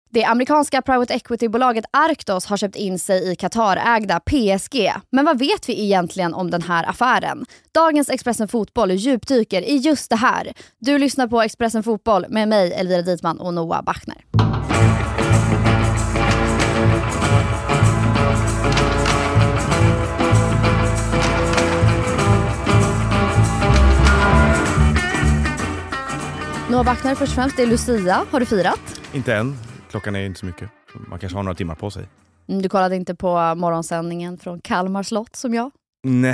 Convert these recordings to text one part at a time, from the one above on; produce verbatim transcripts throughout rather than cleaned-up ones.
Det amerikanska private equity-bolaget Arctos har köpt in sig i Qatar-ägda P S G. Men vad vet vi egentligen om den här affären? Dagens Expressen Fotboll djupdyker i just det här. Du lyssnar på Expressen Fotboll med mig, Elvira Dietman och Noah Bachner. Noah Bachner, först och främst, det är Lucia. Har du firat? Inte än. Klockan är inte så mycket. Man kanske har några timmar på sig. Du kollade inte på morgonsändningen från Kalmar slott som jag? Nej,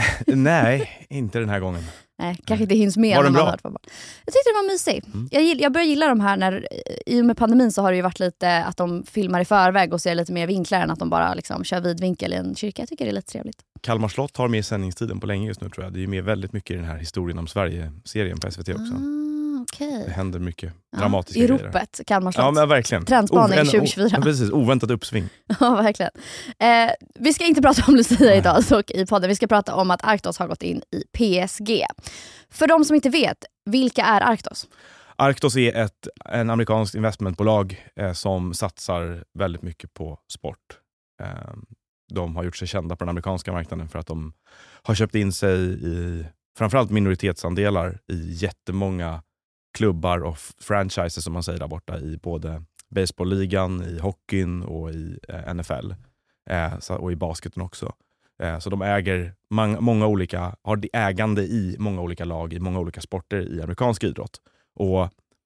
nej inte den här gången. Nej, kanske inte hinns med. Var den bra? Jag tyckte det var mysig. Mm. Jag, gill, jag börjar gilla de här när, i och med pandemin så har det ju varit lite att de filmar i förväg och ser lite mer vinklar än att de bara liksom kör vidvinkel i en kyrka. Jag tycker det är lite trevligt. Kalmar slott har mer sändningstiden på länge just nu, tror jag. Det är ju med väldigt mycket i den här historien om Sverige-serien på S V T också. Ah, okay. Det händer mycket dramatiska ja, grejer. I ropet, Kalmar slott. Ja, men verkligen. Trendspaning tjugohundratjugofyra. Ja, precis. Oväntat uppsving. Ja, verkligen. Eh, vi ska inte prata om Lucia idag så, i podden. Vi ska prata om att Arctos har gått in i P S G. För de som inte vet, vilka är Arctos? Arctos är ett en amerikanskt investmentbolag eh, som satsar väldigt mycket på sport. Eh, de har gjort sig kända på den amerikanska marknaden för att de har köpt in sig i framförallt minoritetsandelar i jättemånga klubbar och franchises som man säger där borta i både baseballligan, i hockeyn och i eh, N F L eh, så, och i basketen också. Eh, så de äger många, många olika, har ägande i många olika lag i många olika sporter i amerikansk idrott. Och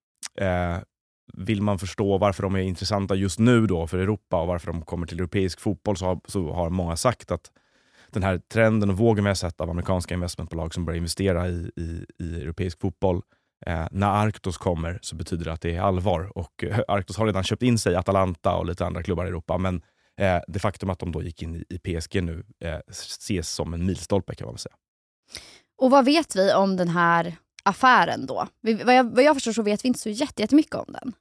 eh, vill man förstå varför de är intressanta just nu då för Europa och varför de kommer till europeisk fotboll så har, så har många sagt att den här trenden och vågen vi har sett av amerikanska investmentbolag som börjar investera i, i, i europeisk fotboll. Eh, när Arctos kommer så betyder det att det är allvar. Och eh, Arctos har redan köpt in sig Atalanta och lite andra klubbar i Europa. Men eh, det faktum att de då gick in i, i P S G nu eh, ses som en milstolpe kan man väl säga. Och vad vet vi om den här affären då? Vi, vad, jag, vad jag förstår så vet vi inte så jättemycket om den.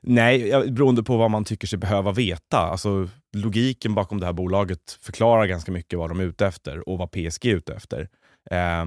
Nej, beroende på vad man tycker sig behöva veta. Alltså, logiken bakom det här bolaget förklarar ganska mycket vad de är ute efter och vad P S G är ute efter. Eh,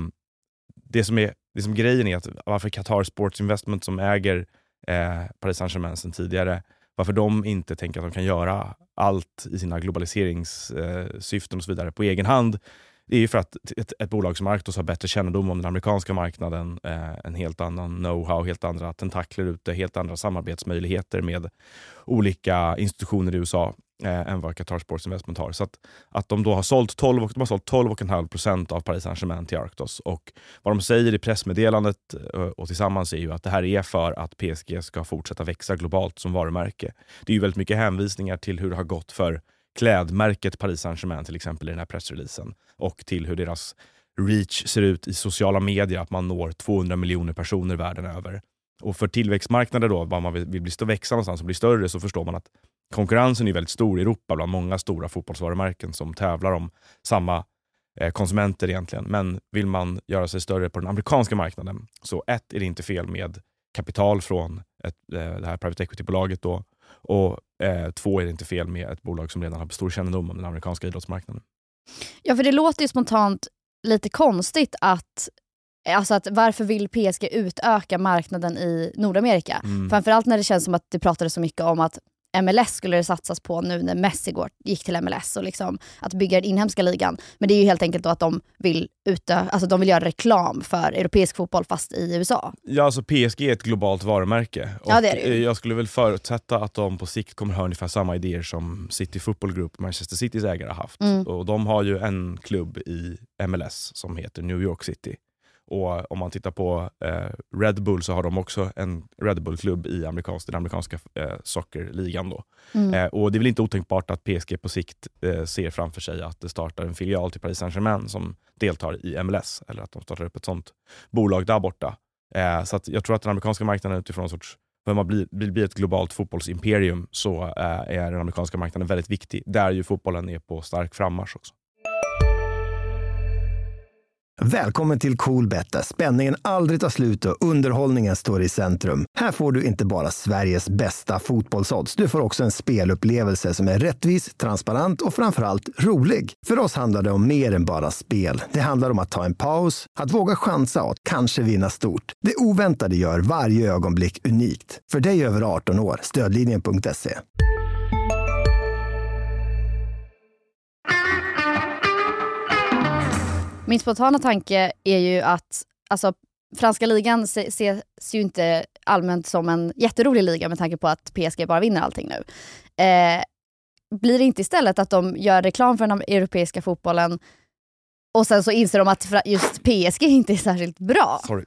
det som är Det som grejen är att varför Qatar Sports Investment som äger eh, Paris Saint-Germain sedan tidigare, varför de inte tänker att de kan göra allt i sina globaliseringssyften eh, och så vidare på egen hand, det är ju för att ett, ett bolag som Arctos har bättre kännedom om den amerikanska marknaden, eh, en helt annan know-how, helt andra tentakler ute, helt andra samarbetsmöjligheter med olika institutioner i U S A eh, än vad Qatar Sports Investment har. Så att, att de då har sålt tolv och de har sålt tolv komma fem procent av Paris Saint-Germain till Arctos. Och vad de säger i pressmeddelandet och tillsammans är ju att det här är för att P S G ska fortsätta växa globalt som varumärke. Det är ju väldigt mycket hänvisningar till hur det har gått för klädmärket Paris Saint-Germain till exempel i den här pressreleasen och till hur deras reach ser ut i sociala medier, att man når tvåhundra miljoner personer världen över. Och för tillväxtmarknader då, vad man vill, vill bli växa någonstans och bli större, så förstår man att konkurrensen är väldigt stor i Europa bland många stora fotbollsvarumärken som tävlar om samma eh, konsumenter egentligen. Men vill man göra sig större på den amerikanska marknaden, så ett, är det inte fel med kapital från ett, eh, det här private equity-bolaget då, och eh, två, är det inte fel med ett bolag som redan har stor kännedom om den amerikanska idrottsmarknaden. Ja, för det låter ju spontant lite konstigt att Alltså att varför vill P S G utöka marknaden i Nordamerika? Mm. Framförallt när det känns som att det pratades så mycket om att M L S skulle det satsas på nu när Messi går, gick till M L S och liksom att bygga den inhemska ligan. Men det är ju helt enkelt då att de vill utö- alltså de vill göra reklam för europeisk fotboll fast i U S A. Ja, alltså P S G är ett globalt varumärke. Och ja, det är det ju. Jag skulle väl förutsätta att de på sikt kommer ha ungefär samma idéer som City Football Group, Manchester Citys ägare, har haft. Mm. Och de har ju en klubb i M L S som heter New York City. Och om man tittar på eh, Red Bull, så har de också en Red Bull-klubb i amerikansk, den amerikanska eh, soccerligan då. Mm. Eh, och det är väl inte otänkbart att P S G på sikt eh, ser framför sig att det startar en filial till Paris Saint-Germain som deltar i M L S, eller att de startar upp ett sånt bolag där borta. Eh, så att jag tror att den amerikanska marknaden utifrån en sorts, för man blir, vill bli ett globalt fotbollsimperium, så eh, är den amerikanska marknaden väldigt viktig. Där ju fotbollen är på stark frammarsch också. Välkommen till Coolbet, där spänningen aldrig tar slut och underhållningen står i centrum. Här får du inte bara Sveriges bästa fotbollsodds. Du får också en spelupplevelse som är rättvis, transparent och framförallt rolig. För oss handlar det om mer än bara spel. Det handlar om att ta en paus, att våga chansa och kanske vinna stort. Det oväntade gör varje ögonblick unikt. För dig över arton år, stödlinjen punkt se. Min spontana tanke är ju att alltså, franska ligan ses ju inte allmänt som en jätterolig liga med tanke på att P S G bara vinner allting nu. Eh, blir det inte istället att de gör reklam för den europeiska fotbollen och sen så inser de att just P S G inte är särskilt bra? Sorry.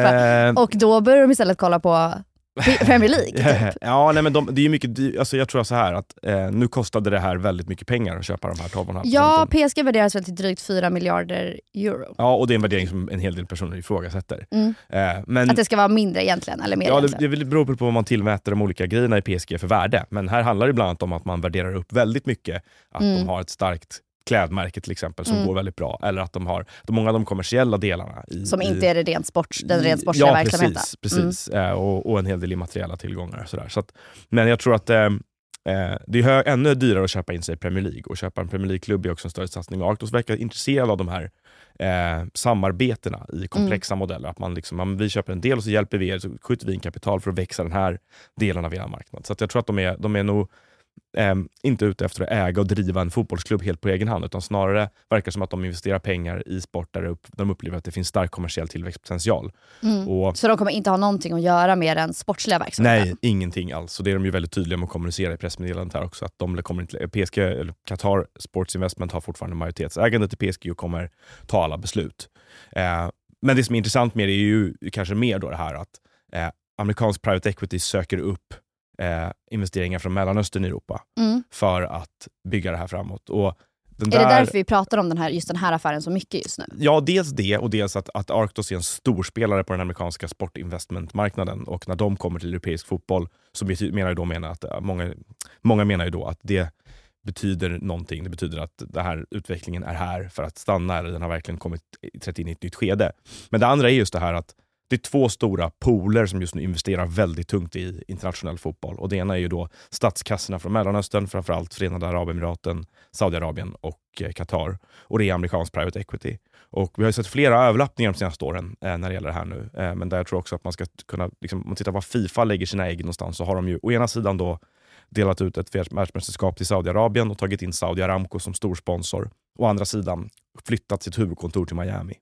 Och då börjar de istället kolla på Premier League typ. Ja, nej, men de, det är ju mycket, alltså jag tror så här att eh, nu kostade det här väldigt mycket pengar att köpa de här tolv komma fem procent. Ja, P S G värderas väl till drygt fyra miljarder euro. Ja, och det är en värdering som en hel del personer ifrågasätter. Mm. Eh, men, att det ska vara mindre egentligen, eller mer ja, egentligen. det, det beror på vad man tillmäter de olika grejerna i P S G för värde. Men här handlar det bland annat om att man värderar upp väldigt mycket. Att mm. de har ett starkt klädmärke till exempel som mm. går väldigt bra. Eller att de har de, många av de kommersiella delarna. I, som inte i, är det rent sport, den rent sportsliga ja, verksamheten. Precis, precis. Mm. Eh, och, och en hel del immateriella tillgångar. Sådär. Så att, men jag tror att eh, det är hö- ännu dyrare att köpa in sig i Premier League. Och köpa en Premier League-klubb är också en större satsning. Och Arctos verkar intresserad av de här eh, samarbetena i komplexa mm. modeller. Att man liksom, man, vi köper en del och så hjälper vi er, så skjuter vi in kapital för att växa den här delen av er marknad. Så att jag tror att de är, de är nog Eh, inte ute efter att äga och driva en fotbollsklubb helt på egen hand, utan snarare verkar som att de investerar pengar i sport där upp, de upplever att det finns stark kommersiell tillväxtpotential. Mm. Och, så de kommer inte ha någonting att göra med den sportsliga verksamheten? Nej, ingenting alls. Och det är de ju väldigt tydliga med att kommunicera i pressmeddelandet här också. Att de kommer inte, P S G, eller Qatar Sports Investment har fortfarande majoritetsägandet i P S G och kommer ta alla beslut. Eh, men det som är intressant med det är ju kanske mer då det här att eh, amerikansk private equity söker upp Eh, investeringar från Mellanöstern i Europa mm. för att bygga det här framåt. Och den är där... det därför vi pratar om den här, just den här affären så mycket just nu? Ja, dels det och dels att, att Arctos är en storspelare på den amerikanska sportinvestmentmarknaden, och när de kommer till europeisk fotboll så menar jag då menar att många, många menar ju då att det betyder någonting. Det betyder att den här utvecklingen är här för att stanna, eller den har verkligen kommit trätt in i ett nytt skede. Men det andra är just det här att det är två stora pooler som just nu investerar väldigt tungt i internationell fotboll. Och det ena är ju då statskassorna från Mellanöstern, framförallt Förenade Arabemiraten, Saudiarabien och eh, Qatar. Och det är amerikansk private equity. Och vi har ju sett flera överlappningar de senaste åren eh, när det gäller det här nu. Eh, men där jag tror också att man ska kunna, liksom, om man tittar på vad FIFA lägger sina ägg någonstans, så har de ju å ena sidan då delat ut ett världsmästerskap till Saudiarabien och tagit in Saudi Aramco som stor sponsor. Å andra sidan flyttat sitt huvudkontor till Miami.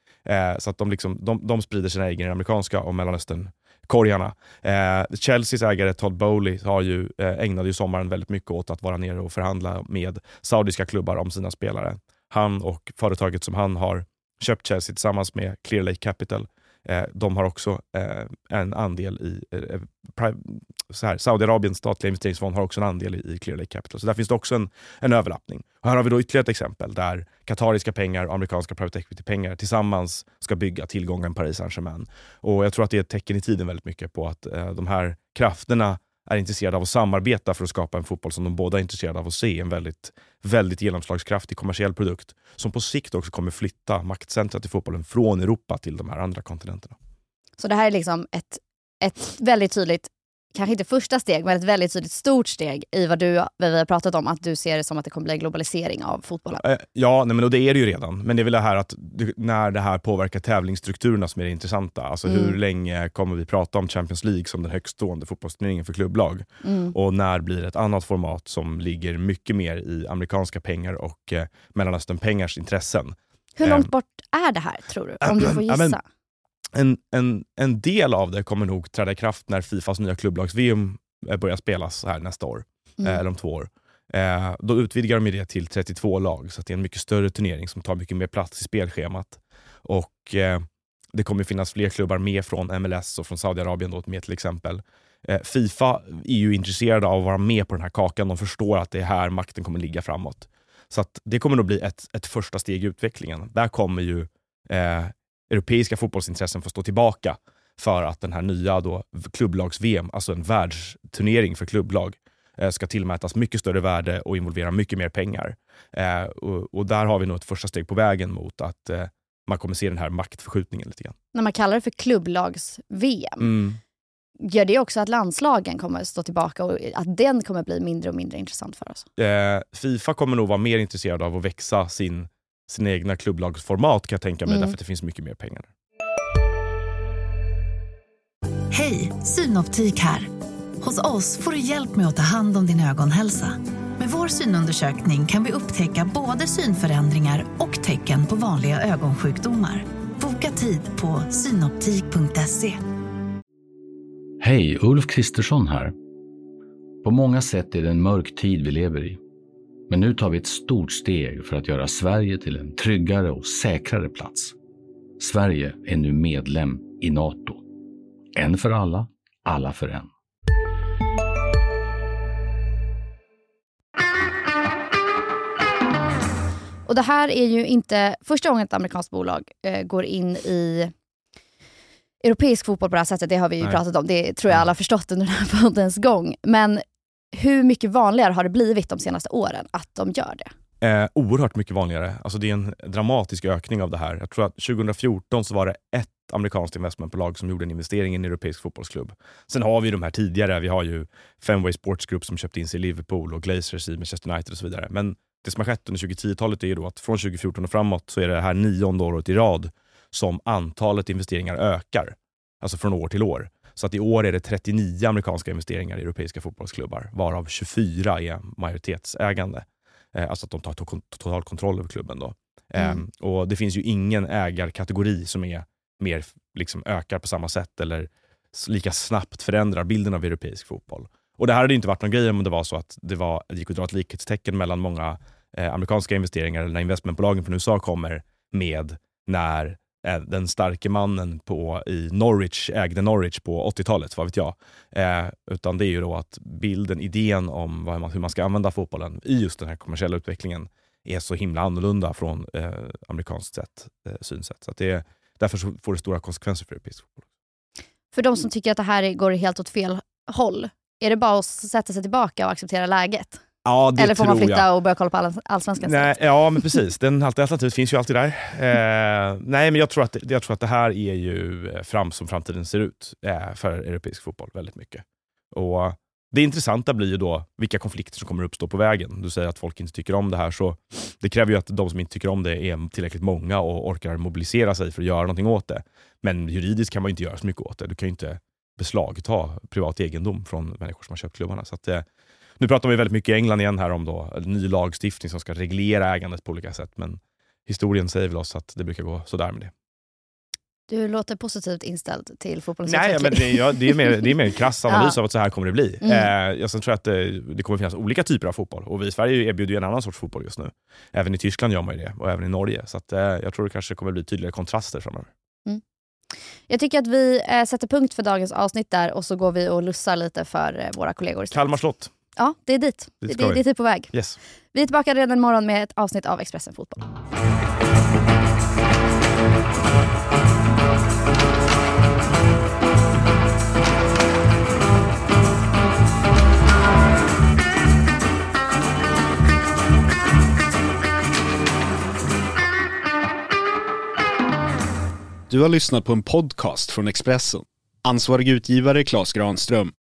Eh, så att de, liksom, de, de sprider sina ägare i amerikanska och Mellanöstern-korgarna. Eh, Chelseas ägare Todd Bowley har ju, eh, ägnade ju sommaren väldigt mycket åt att vara nere och förhandla med saudiska klubbar om sina spelare. Han och företaget som han har köpt Chelsea tillsammans med Clear Lake Capital, eh, de har också eh, en andel i eh, pri- så här, Saudiarabiens statliga investeringsfond har också en andel i, i Clear Lake Capital. Så där finns det också en, en överlappning. Och här har vi då ytterligare ett exempel där katariska pengar och amerikanska private equity-pengar tillsammans ska bygga tillgången Paris Saint-Germain. Och jag tror att det är ett tecken i tiden väldigt mycket på att eh, de här krafterna är intresserade av att samarbeta för att skapa en fotboll som de båda är intresserade av att se. En väldigt, väldigt genomslagskraftig kommersiell produkt som på sikt också kommer flytta maktcentrat i fotbollen från Europa till de här andra kontinenterna. Så det här är liksom ett, ett väldigt tydligt, kanske inte första steg, men ett väldigt tydligt stort steg i vad du vad vi har pratat om, att du ser det som att det kommer bli en globalisering av fotbollen. Ja, nej, men och det är det ju redan. Men det är väl det här att när det här påverkar tävlingsstrukturerna som är det intressanta. Alltså mm. hur länge kommer vi prata om Champions League som den högstående fotbollsturneringen för klubblag? Mm. Och när blir det ett annat format som ligger mycket mer i amerikanska pengar och eh, Mellanöstern-pengars intressen? Hur långt um, bort är det här, tror du? Om du får gissa. Men, En, en, en del av det kommer nog träda i kraft när Fifas nya klubblags-V M börjar spelas här nästa år, mm. eh, eller om två år. Eh, då utvidgar de det till trettiotvå lag, så att det är en mycket större turnering som tar mycket mer plats i spelschemat. Och eh, det kommer finnas fler klubbar med från M L S och från Saudiarabien då med till exempel. Eh, FIFA är ju intresserade av att vara med på den här kakan. De förstår att det är här makten kommer ligga framåt. Så att det kommer nog bli ett, ett första steg i utvecklingen. Där kommer ju eh, europeiska fotbollsintressen får stå tillbaka för att den här nya då klubblags-V M, alltså en världsturnering för klubblag, eh, ska tillmätas mycket större värde och involvera mycket mer pengar. Eh, och, och där har vi nog ett första steg på vägen mot att eh, man kommer se den här maktförskjutningen lite grann. När man kallar det för klubblags-V M, mm. gör det också att landslagen kommer stå tillbaka och att den kommer bli mindre och mindre intressant för oss? Eh, FIFA kommer nog vara mer intresserad av att växa sin sin egna klubblagsformat, kan jag tänka mig, mm. därför att det finns mycket mer pengar. Hej, Synoptik här. Hos oss får du hjälp med att ta hand om din ögonhälsa. Med vår synundersökning kan vi upptäcka både synförändringar och tecken på vanliga ögonsjukdomar. Boka tid på synoptik punkt se. Hej, Ulf Kristersson här. På många sätt är det en mörk tid vi lever i. Men nu tar vi ett stort steg för att göra Sverige till en tryggare och säkrare plats. Sverige är nu medlem i NATO. En för alla, alla för en. Och det här är ju inte första gången ett amerikanskt bolag eh, går in i europeisk fotboll på det här sättet. Det har vi ju Nej. pratat om. Det tror jag alla har förstått under den här poddens gång. Men hur mycket vanligare har det blivit de senaste åren att de gör det? Eh, oerhört mycket vanligare. Alltså det är en dramatisk ökning av det här. Jag tror att tjugo fjorton så var det ett amerikanskt investmentbolag som gjorde en investering i en europeisk fotbollsklubb. Sen har vi de här tidigare. Vi har ju Fenway Sports Group som köpte in sig i Liverpool och Glazers i Manchester United och så vidare. Men det som har skett under tjugohio-talet är ju då att från tjugo fjorton och framåt så är det här nionde året i rad som antalet investeringar ökar. Alltså från år till år. Så att i år är det trettionio amerikanska investeringar i europeiska fotbollsklubbar, varav tjugofyra är majoritetsägande. Eh, alltså att de tar to- total kontroll över klubben då. Mm. Eh, och det finns ju ingen ägarkategori som är mer liksom ökar på samma sätt eller lika snabbt förändrar bilden av europeisk fotboll. Och det här hade inte varit någon grej om det var så att det, var, det gick att dra ett likhetstecken mellan många eh, amerikanska investeringar eller när investmentbolagen från U S A kommer med när eh, den starke mannen på, i Norwich ägde Norwich på åttiotalet, vad vet jag. Eh, utan det är ju då att bilden, idén om vad man, hur man ska använda fotbollen i just den här kommersiella utvecklingen är så himla annorlunda från eh, amerikanskt sätt, eh, synsätt. Så att det, därför så får det stora konsekvenser för europeisk fotboll. För de som tycker att det här går helt åt fel håll, är det bara att sätta sig tillbaka och acceptera läget? Ja, det Eller får man flytta jag. och börja kolla på all, allsvenskan? Nej, ja, men precis. Den alternativet finns ju alltid där. Eh, nej, men jag tror, att, jag tror att det här är ju fram som framtiden ser ut eh, för europeisk fotboll väldigt mycket. Och det intressanta blir ju då vilka konflikter som kommer uppstå på vägen. Du säger att folk inte tycker om det här, så det kräver ju att de som inte tycker om det är tillräckligt många och orkar mobilisera sig för att göra någonting åt det. Men juridiskt kan man ju inte göra så mycket åt det. Du kan ju inte beslagta privat egendom från människor som har köpt klubbarna. Så att, eh, nu pratar vi väldigt mycket i England igen här om då ny lagstiftning som ska reglera ägandet på olika sätt. Men historien säger väl oss att det brukar gå sådär med det. Du låter positivt inställd till fotbollens Nej, utveckling. men det, ja, det är mer, det är mer en krass analys ja. av att så här kommer det bli. Mm. Eh, jag sen tror att det, det kommer finnas olika typer av fotboll. Och vi i Sverige erbjuder ju en annan sorts fotboll just nu. Även i Tyskland gör man ju det. Och även i Norge. Så att, eh, jag tror det kanske kommer bli tydligare kontraster framöver. Mm. Jag tycker att vi eh, sätter punkt för dagens avsnitt där. Och så går vi och lussar lite för eh, våra kollegor. Kalmar slott. Ja, det är dit. Det, det, det är tid på väg. Yes. Vi är tillbaka redan imorgon med ett avsnitt av Expressen Fotboll. Du har lyssnat på en podcast från Expressen. Ansvarig utgivare Claes Granström.